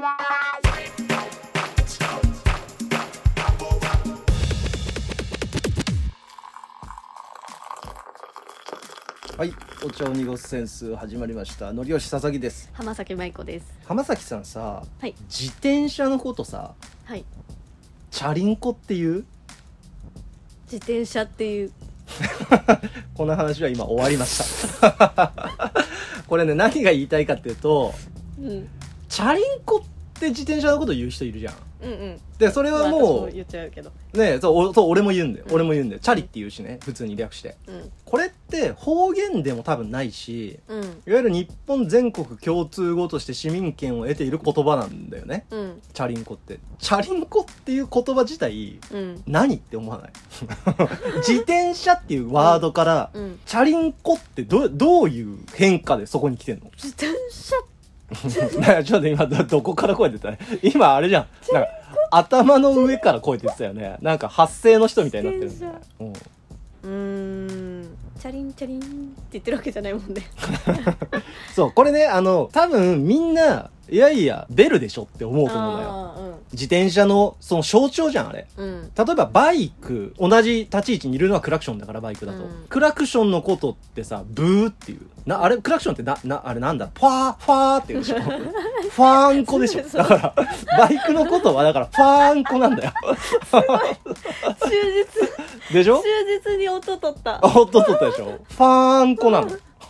はい、お茶を濁すセンス始まりました。のりよし佐々木です。 浜崎舞子です。 浜崎さんさ、 はい、 自転車のことさ、 はい、 チャリンコっていう？ 自転車っていうこの話は今終わりましたこれね、何が言いたいかっていうと、チャリンコって自転車のこと言う人いるじゃん。でそれはもう、 私も言っちゃうけどね、そう俺も言うんだよ、俺も言うんだよ。チャリって言うしね、普通に略して、これって方言でも多分ないし、いわゆる日本全国共通語として市民権を得ている言葉なんだよね、チャリンコって。チャリンコっていう言葉自体、何って思わない自転車っていうワードから、チャリンコってどういう変化でそこに来てんの？ 自転車ちょっと今 どこから声出た？今あれじゃん、なんか頭の上から声出てたよね。なんか発声の人みたいになってるんだよね。 チャリンチャリンって言ってるわけじゃないもんねそうこれね、多分みんないやいやベルでしょって思うと思うのよ、自転車のその象徴じゃんあれ、例えばバイク、同じ立ち位置にいるのはクラクションだから、バイクだと、クラクションのことってさ、ブーっていうあれ、クラクションってあれなんだ、ファーって言うでしょファーンコでしょ。だからバイクのことはだからファーンコなんだよすごい忠実でしょ。 忠実に音取ったでしょ。ファーンコなの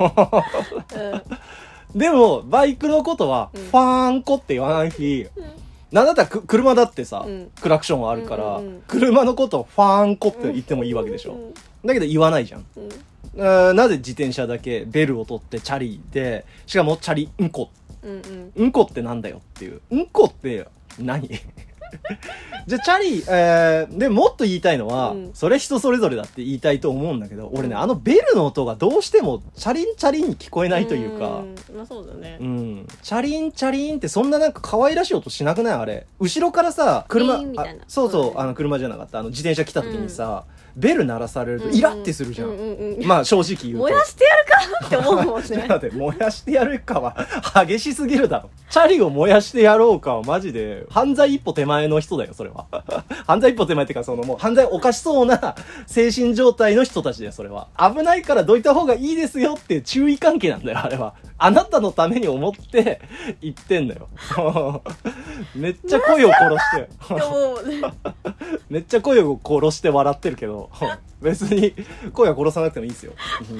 でもバイクのことはファーンコって言わないし、なんだったら車だってさ、クラクションはあるから、車のことをファーンコって言ってもいいわけでしょ、だけど言わないじゃん、なぜ自転車だけベルを取ってチャリで、しかもチャリんこ、んこってなんだよっていう。んこって何じゃあチャリ、でもっと言いたいのは、それ人それぞれだって言いたいと思うんだけど、俺ね、ベルの音がどうしてもチャリンチャリンに聞こえないというか、 まあそうだね、 チャリンチャリンってそんななんか可愛らしい音しなくない？あれ後ろからさ、車、そう車じゃなかった、自転車来た時にさ、ベル鳴らされるとイラッてするじゃん、まあ正直言うと燃やしてやるかって思うもんね。 ちょっと待って、燃やしてやるかは激しすぎるだろ。チャリを燃やしてやろうかはマジで犯罪一歩手前の人だよ、それは犯罪一歩手前っていうか、そのもう犯罪を犯しそうな精神状態の人たちだよ、それは。危ないからどいた方がいいですよっていう注意喚起なんだよ、あれは。あなたのために思って言ってんだよめっちゃ声を殺してめっちゃ声を殺して笑ってるけど別に声は殺さなくてもいいですよ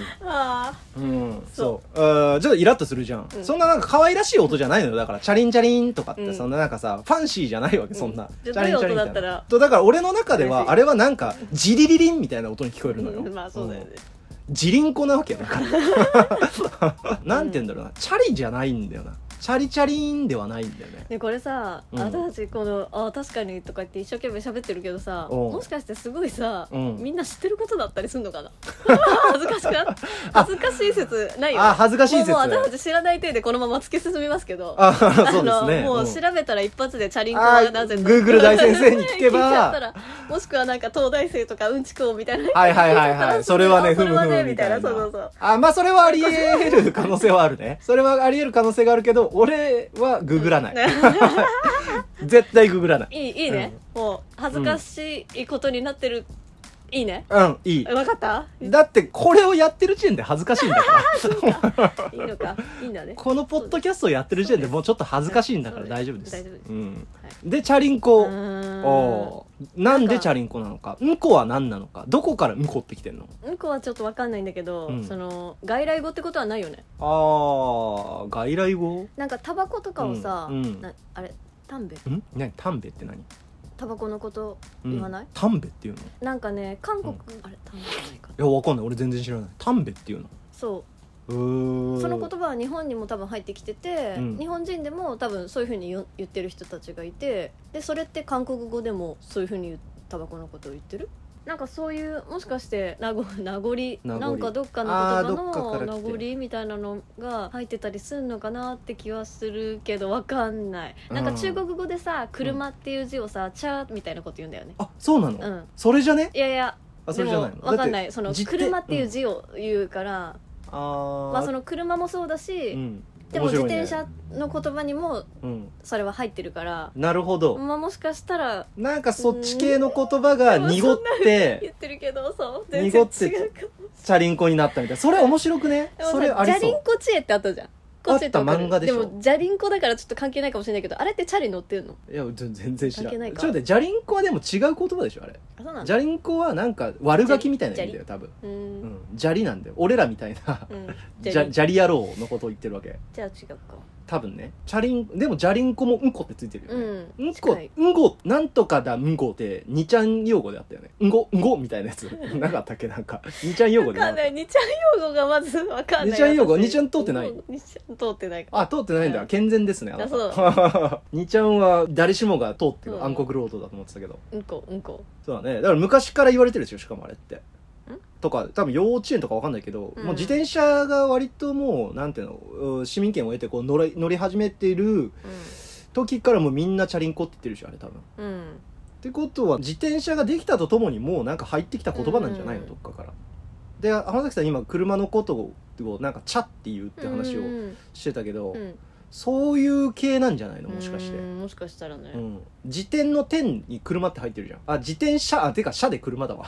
そうちょっとイラッとするじゃん、そんななんか可愛らしい音じゃないのよ。だからチャリンチャリンとかって、そんななんかさファンシーじゃないわけ、そんな、 チャリンチャリンみたいな。 だから俺の中ではあれはなんかジリリリンみたいな音に聞こえるのよ、 まあそうだよね、 ジリンコなわけよだからなんて言うんだろうな、チャリじゃないんだよな、チャリチャリーンではないんだよね。 でこれさ、私たちこの確かにとか言って一生懸命喋ってるけどさ、もしかしてすごいさ、みんな知ってることだったりするのかな恥ずかしい説ないよね。 恥ずかしい説。 もう私たち知らない体でこのまま突き進みますけど、 そうですね、 もう調べたら一発でチャリンコはなぜか Google 大先生に聞けば聞いちゃったら、もしくはなんか東大生とかうんちく王みたいなはいそれはね、ふむふむみたいな。 そうまあそれはあり得る可能性はあるね。それはあり得る可能性があるけど、俺はググらない絶対ググらない。 いいね、もう恥ずかしいことになってる、いいね、いい。分かった。 だってこれをやってる時点で恥ずかしいんだからいいのか、いいんだね。 このポッドキャストをやってる時点でもうちょっと恥ずかしいんだから大丈夫です。でチャリンコ、なんでチャリンコなのか、んこは何なのか、どこからんこってきてんの？ んこはちょっと分かんないんだけど、その外来語ってことはないよね。 外来語、 なんかタバコとかをさ、あれタンベ、 何タンベって何？ タバコのこと言わない？ タンベっていうの？なんかね、韓国、あれタンベじゃないか。 いやわかんない、俺全然知らない。タンベっていうの？ そう、その言葉は日本にも多分入ってきてて、日本人でも多分そういう風に言ってる人たちがいて、でそれって韓国語でもそういう風にタバコのことを言ってる。なんかそういう、もしかして名残なんかどっかの言葉の名残みたいなのが入ってたりするのかなって気はするけど、わかんない。なんか中国語でさ、車っていう字をさ、チャーみたいなこと言うんだよね。 あ、そうなの？それじゃね？ いやいや、 それじゃないの？ わかんない。その車っていう字を言うから、まあその車もそうだし、 でも自転車の言葉にもそれは入ってるから、 なるほど、 まあ、もしかしたらなんかそっち系の言葉が濁って言ってるけどそう全然違うかも濁ってチャリンコになったみたいな。それ面白くね。それありそう。 チャリンコ知恵ってあったじゃん。 あった漫画でしょ。 でもジャリンコだからちょっと関係ないかもしれないけど、あれってチャリ乗ってるの？ いや全然知らない。 関係ないか。 ちょっと待って、ジャリンコはでも違う言葉でしょあれ。 あ、そうなんだ。 ジャリンコはなんか悪ガキみたいな意味だよ多分。ジャリなんだよ。俺らみたいな、ジャリ野郎のことを言ってるわけ。 じゃあ違うか。 多分ね。でもジャリンコもうんこってついてるよね。 うんこなんとかだうんこって2ちゃん用語であったよね。うんごみたいなやつなかったっけ。なんか2ちゃん用語でわかんない。2ちゃん用語がまずわかんない。 2ちゃん用語、2ちゃん通ってない。 2ちゃん通ってないか。 あ、通ってないんだ。健全ですね。 あ、そう。 2ちゃんは誰しもが通ってる暗黒ロードだと思ってたけど。 うんこ。 そうだね。だから昔から言われてるでしょしかもあれって。とか多分幼稚園とかわかんないけど、もう自転車が割ともうなんていうの、市民権を得てこう乗り始めてる時からもうみんなチャリンコって言ってるでしょあれ多分。ってことは自転車ができたとともにもうなんか入ってきた言葉なんじゃないの、どっかから。で浜崎さん今車のことをなんかチャって言うって話をしてたけど、そういう系なんじゃないのもしかして。 もしかしたらね、 自転の点に車って入ってるじゃん。あ、自転車、てか車で車だわ、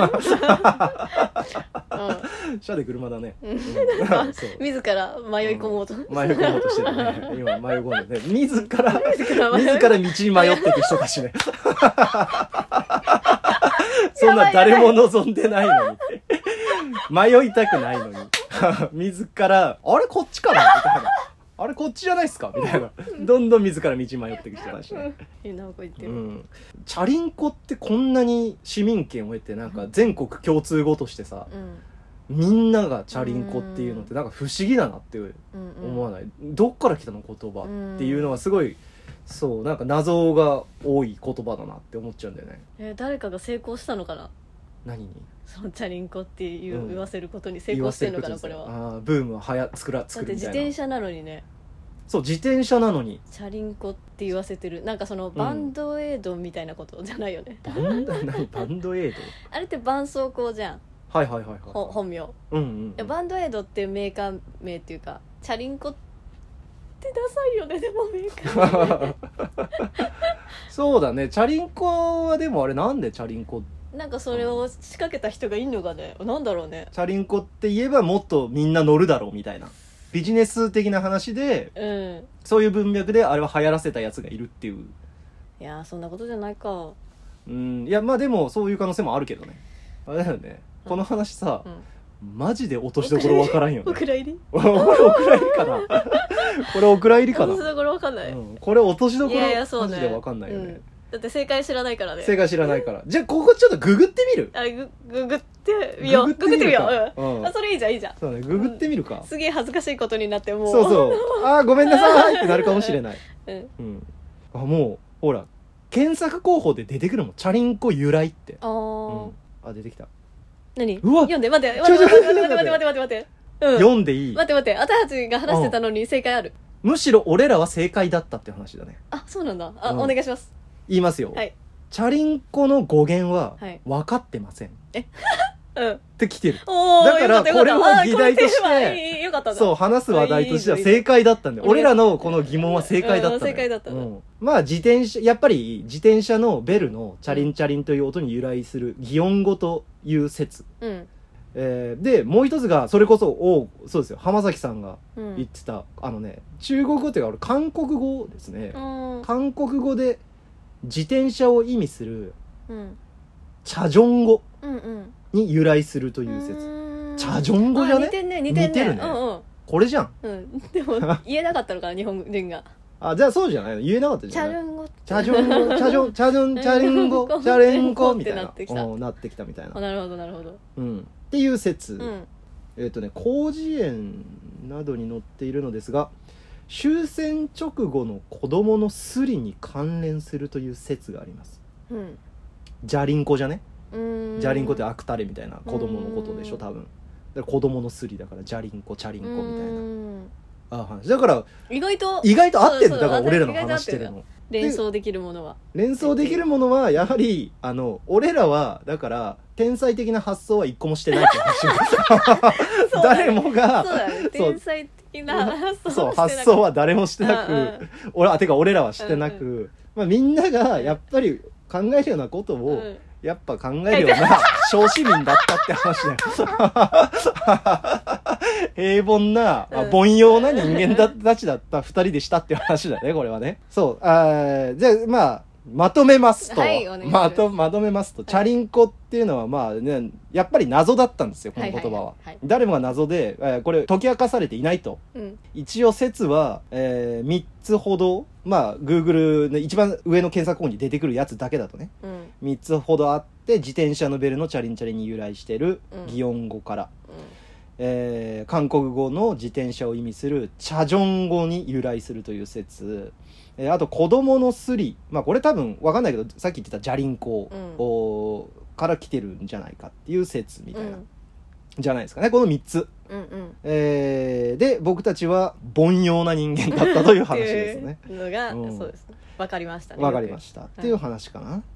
車で車だね、 そう自ら迷い込もうと、 迷い込もうとしてるね今迷い込んでね、自ら道に迷っていく人たちねそんな誰も望んでないのに迷いたくないのに自らあれこっちかなみたいな、あれこっちじゃないっすかみたいな、どんどん自ら道迷ってきてたしね。 なんか言ってる、 チャリンコってこんなに市民権を得てなんか全国共通語としてさ、みんながチャリンコっていうのってなんか不思議だなって思わない？どっから来たの言葉っていうのはすごい、そうなんか謎が多い言葉だなって思っちゃうんだよね。 誰かが成功したのかな？ 何に？ そのチャリンコっていう言わせることに成功してるのかな、これは。 あ、ブームは作るみたいな。だって自転車なのにね。 そう、自転車なのにチャリンコって言わせてる。なんかそのバンドエイドみたいなことじゃないよね、 バンドエイドあれって絆創膏じゃん。 はい、 本名。バンドエイドっていうメーカー名っていうか、チャリンコってダサいよね、でもメーカーそうだね。チャリンコはでもあれなんでチャリンコなんかそれを仕掛けた人がいんのがね、なんだろうね。 チャリンコって言えばもっとみんな乗るだろうみたいなビジネス的な話で、そういう文脈であれは流行らせたやつがいるっていう。 いやそんなことじゃないか。 いやまあでもそういう可能性もあるけどね。あれだよね、この話さ、マジで落としどころわからんよね。 お蔵入りこれお蔵入りかなこれお蔵入りかな。 落としどころわかんない、 これ落としどころマジでわかんないよね、 だって正解知らないからね。 正解知らないから。じゃあここちょっとググってみる？ ググってみよう。ググってみよう。それいいじゃんいいじゃん。 そうね、ググってみるか。 すげえ恥ずかしいことになってもう。 そうごめんなさいってなるかもしれない。あ、もうほら検索候補で出てくるもん、チャリンコ由来って。あ、出てきた。 何？ うわ、 読んで、待って。 読んでいい？ 待って。あたたちが話してたのに正解ある。 むしろ俺らは正解だったって話だね。 あ、そうなんだ。お願いします。 言いますよ。 はい。 チャリンコの語源は分かってません。って来てる。だからこれを議題としてそう話す話題としては正解だったんだよ。俺らのこの疑問は正解だったんだよ。 正解だったね。 まあやっぱり自転車のベルのチャリンチャリンという音に由来する擬音語という説。でもう一つがそれこそそうですよ、浜崎さんが言ってた、中国語っていうか韓国語ですね。韓国語で自転車を意味するチャジョン語に由来するという説。チャジョン語じゃね？似てるね。これじゃん。 でも言えなかったのかな日本人が。 あ、じゃあそうじゃないの？言えなかったじゃない？チャジョン語、チャリンコ、チャリンコみたいななってきたみたいな。 なるほどっていう説。広辞苑などに載っているのですが、終戦直後の子供のスリに関連するという説があります。ジャリンコじゃね？ジャリンコって悪タレみたいな子供のことでしょ多分。だから子供のスリだからジャリンコチャリンコみたいな。だから意外と合ってる。だから俺らの話してるの連想できるものはやはり俺らはだから天才的な発想は一個もしてないって話誰もがそうだね、天才的みんなそう発想は誰もしてなく、俺らはしてなく、まあ、みんながやっぱり考えるようなことをやっぱ考えるような小市民だったって話だよ平凡な、凡庸な人間たちだった二人でしたって話だよねこれはね。そうじゃあまあまとめますと、はい、まとめますと、チャリンコっていうのはまあね、やっぱり謎だったんですよこの言葉は、誰もが謎で、これ解き明かされていないと、一応説は、3つほど、まあ Google の一番上の検索項に出てくるやつだけだとね、3つほどあって、自転車のベルのチャリンチャリに由来してる擬音語から、韓国語の自転車を意味するチャジョン語に由来するという説、あと子供のスリ、まあこれ多分分かんないけどさっき言ってたジャリンコから来てるんじゃないかっていう説みたいな、じゃないですかねこの3つ、で僕たちは凡庸な人間だったという話ですねのが、そうですね、分かりましたね。 分かりました、っていう話かな。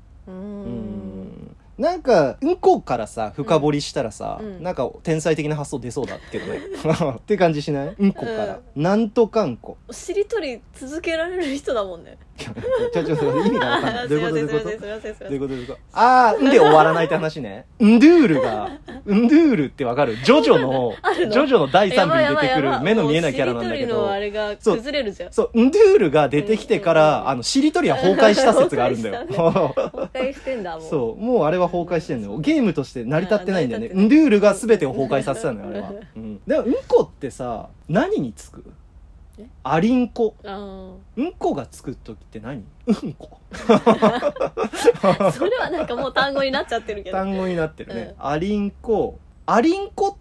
なんかうんこからさ深掘りしたらさ、なんか天才的な発想出そうだけどねって感じしない？うんこから、なんとかんこしりとり続けられる人だもんねちょ意味が分かんない。どういうことあーんで終わらないって話ね。んドゥールってわかる？ジョジョの第3部に出てくる目の見えないキャラなんだけど、 しりとりのあれが崩れるじゃん。 そう、んドゥールが出てきてから、しりとりは崩壊した説があるんだよ崩壊してんだもん。 そう、もうあれは崩壊してんのよ。ゲームとして成り立ってないんだよね。んドゥールが全てを崩壊させたのよあれは。でもうんこってさ、何につく？アリンコ。うんこがつくときって何？うんこそれはなんかもう単語になっちゃってるけど。 単語になってるね、アリンコって、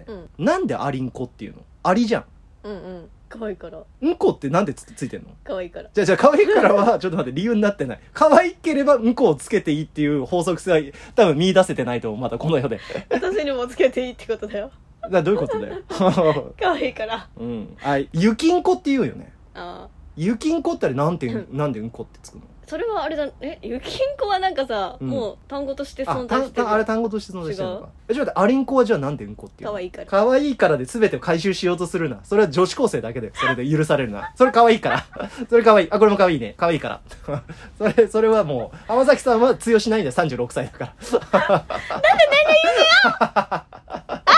なんでアリンコっていうの？アリじゃん。 可愛いから。 うんこってなんで ついてんの？ 可愛いから。 じゃあ可愛いからはちょっと待って、理由になってない。可愛ければうんこをつけていいっていう法則性は多分見出せてないと思う、またこの世で。 私にもつけていいってことだよ。 どういうことだよ。 可愛いから。 ゆきんこって言うよね。ゆきんこってあれなんでうんこってつくの？それはあれだ、ゆきんこはなんかさ、もう単語として存在してる。 あれ単語として存在してるのか。ちょっと待って、アリンコはじゃあなんでうんこっていうの？ 可愛いから。 可愛いからで全てを回収しようとするな。それは女子高生だけで、それで許されるな。それ可愛いから。それ可愛い。これも可愛いね。可愛いから。それはもう、浜崎さんは通用しないんだよ、36歳だから。なんで年齢言うのよ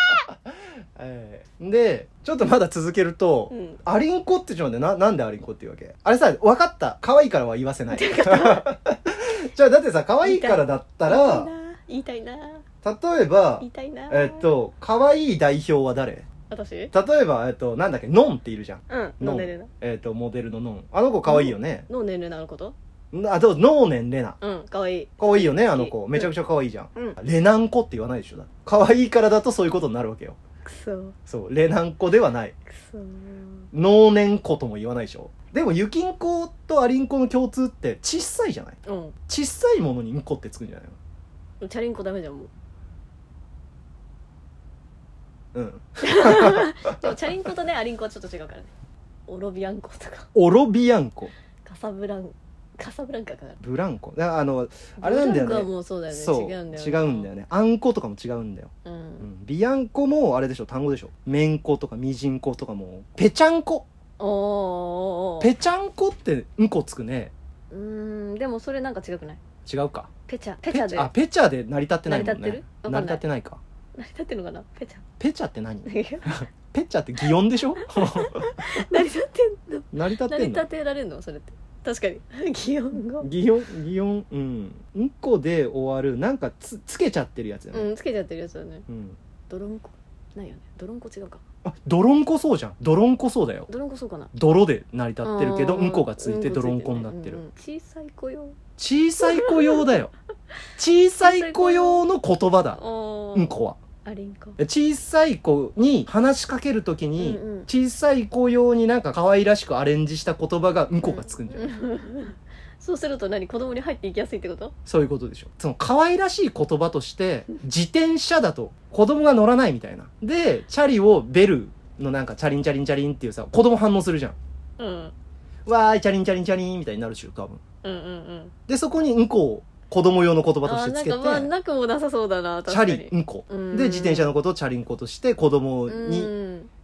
で、ちょっとまだ続けると、アリンコってちょっとね、なんでアリンコっていうわけ？あれさ、分かった。可愛いからは言わせない。じゃあだってさ、可愛いからだったら、 言いたいな。 例えば、可愛い代表は誰？ 私？ 例えば、なんだっけ、ノンっているじゃん。 ノンネルナ。 モデルのノン。あの子可愛いよね。 ノンネルナのこと？ ノーネンレナ。 可愛い。 可愛いよね、あの子。めちゃくちゃ可愛いじゃん。レナンコって言わないでしょ。可愛いからだとそういうことになるわけよ。そう、レナンコではない。ノーネンコとも言わないでしょ。でもユキンコとアリンコの共通って小さいじゃない？小さいものにんこってつくんじゃないの？チャリンコダメじゃんもう。でもチャリンコとね、アリンコはちょっと違うからね。オロビアンコとか。 オロビアンコ。 カサブランカかな。 ブランコ。だからあれなんだよね。 ブランコはもうそうだよね。 そう。違うんだよね。あんことかも違うんだよ。ビアンコもあれでしょ、単語でしょ。メンコとかミジンコとかも。ペチャンコ。ペチャンコってうんこつくね。 でもそれなんか違くない？ 違うか。 ペチャで。 ペチャで成り立ってないもんね。 成り立ってる？ 成り立ってないか。 成り立ってるのかな？ ペチャって何？ペチャって擬音でしょ？ 成り立ってんの？ 成り立ってんの？ 成り立てられるの？それって。確かに擬音語。 擬音。うんこで終わる、なんかつけちゃってるやつだよね。 つけちゃってるやつだね。ドロンコないよね。ドロンコ違うか。 ドロンコそうじゃん。ドロンコそうだよ。 ドロンコそうかな。 泥で成り立ってるけど、うんこがついてドロンコになってる。 小さい子用。 小さい子用だよ。小さい子用の言葉だ。うんこは。 アリンコ。 小さい子に話しかけるときに、小さい子用になんか可愛らしくアレンジした言葉がうんこがつくんじゃない？ そうすると何？子供に入っていきやすいってこと？ そういうことでしょ。その可愛らしい言葉として自転車だと子供が乗らないみたいな。でチャリをベルのなんかチャリンチャリンチャリンっていうさ、子供反応するじゃん。わーいチャリンチャリンチャリンみたいになるし多分。でそこにうんこを子供用の言葉としてつけて、 なんかまあなくもなさそうだな。 チャリンコで自転車のことをチャリンコとして子供に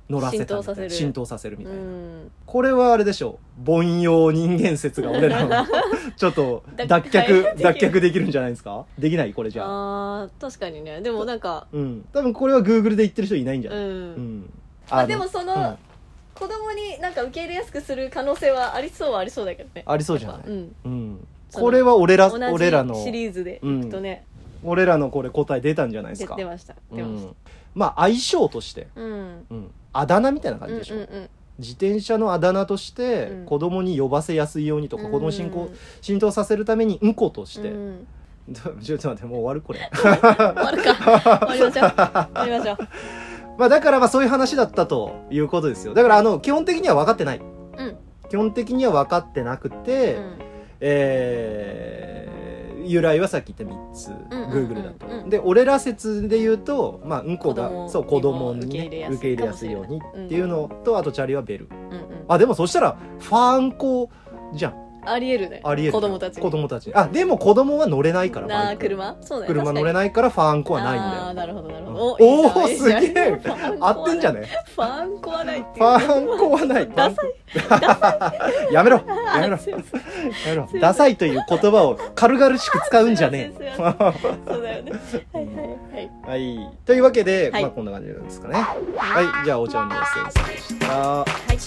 乗らせた浸透させるみたいな、これはあれでしょう、凡庸人間説が俺らのちょっと脱却できるんじゃないですか。できない？これじゃあ確かにね。でもなんか、 多分これは Google で言ってる人いないんじゃない？ でもその、子供になんか受け入れやすくする可能性はありそうはありそうだけどね。 ありそうじゃない？これは俺らのシリーズでいくとね、 俺らのこれ答え出たんじゃないですか。 出ました。 まあ相性として、あだ名みたいな感じでしょ。自転車のあだ名として子供に呼ばせやすいようにとか、子供に浸透させるためにうんことして、ちょっと待って、もう終わるこれ。 終わるか。終わりましょう。 まあだからそういう話だったということですよ。だから基本的には分かってない。基本的には分かってなくて、由来はさっき言った3つ、Google だと。で俺ら説で言うと、まあうんこが子供に、ね、受け入れやすいようにっていうのと、あとチャリはベル。あでもそしたらファンコじゃん。 ありえるね。子供たち。 あでも子供は乗れないから。 車？そうだよ。 車乗れないからファンコはないんだよ。 あなるほど。 おおすげえ。合ってんじゃね？ ファンコはないっていう。 ファンコはない。ダサい。やめろ。ダサいという言葉を軽々しく使うんじゃねえ。 そうだよね。 はい。というわけで、まあこんな感じですかね。はい。じゃあお茶の先生でした。はい。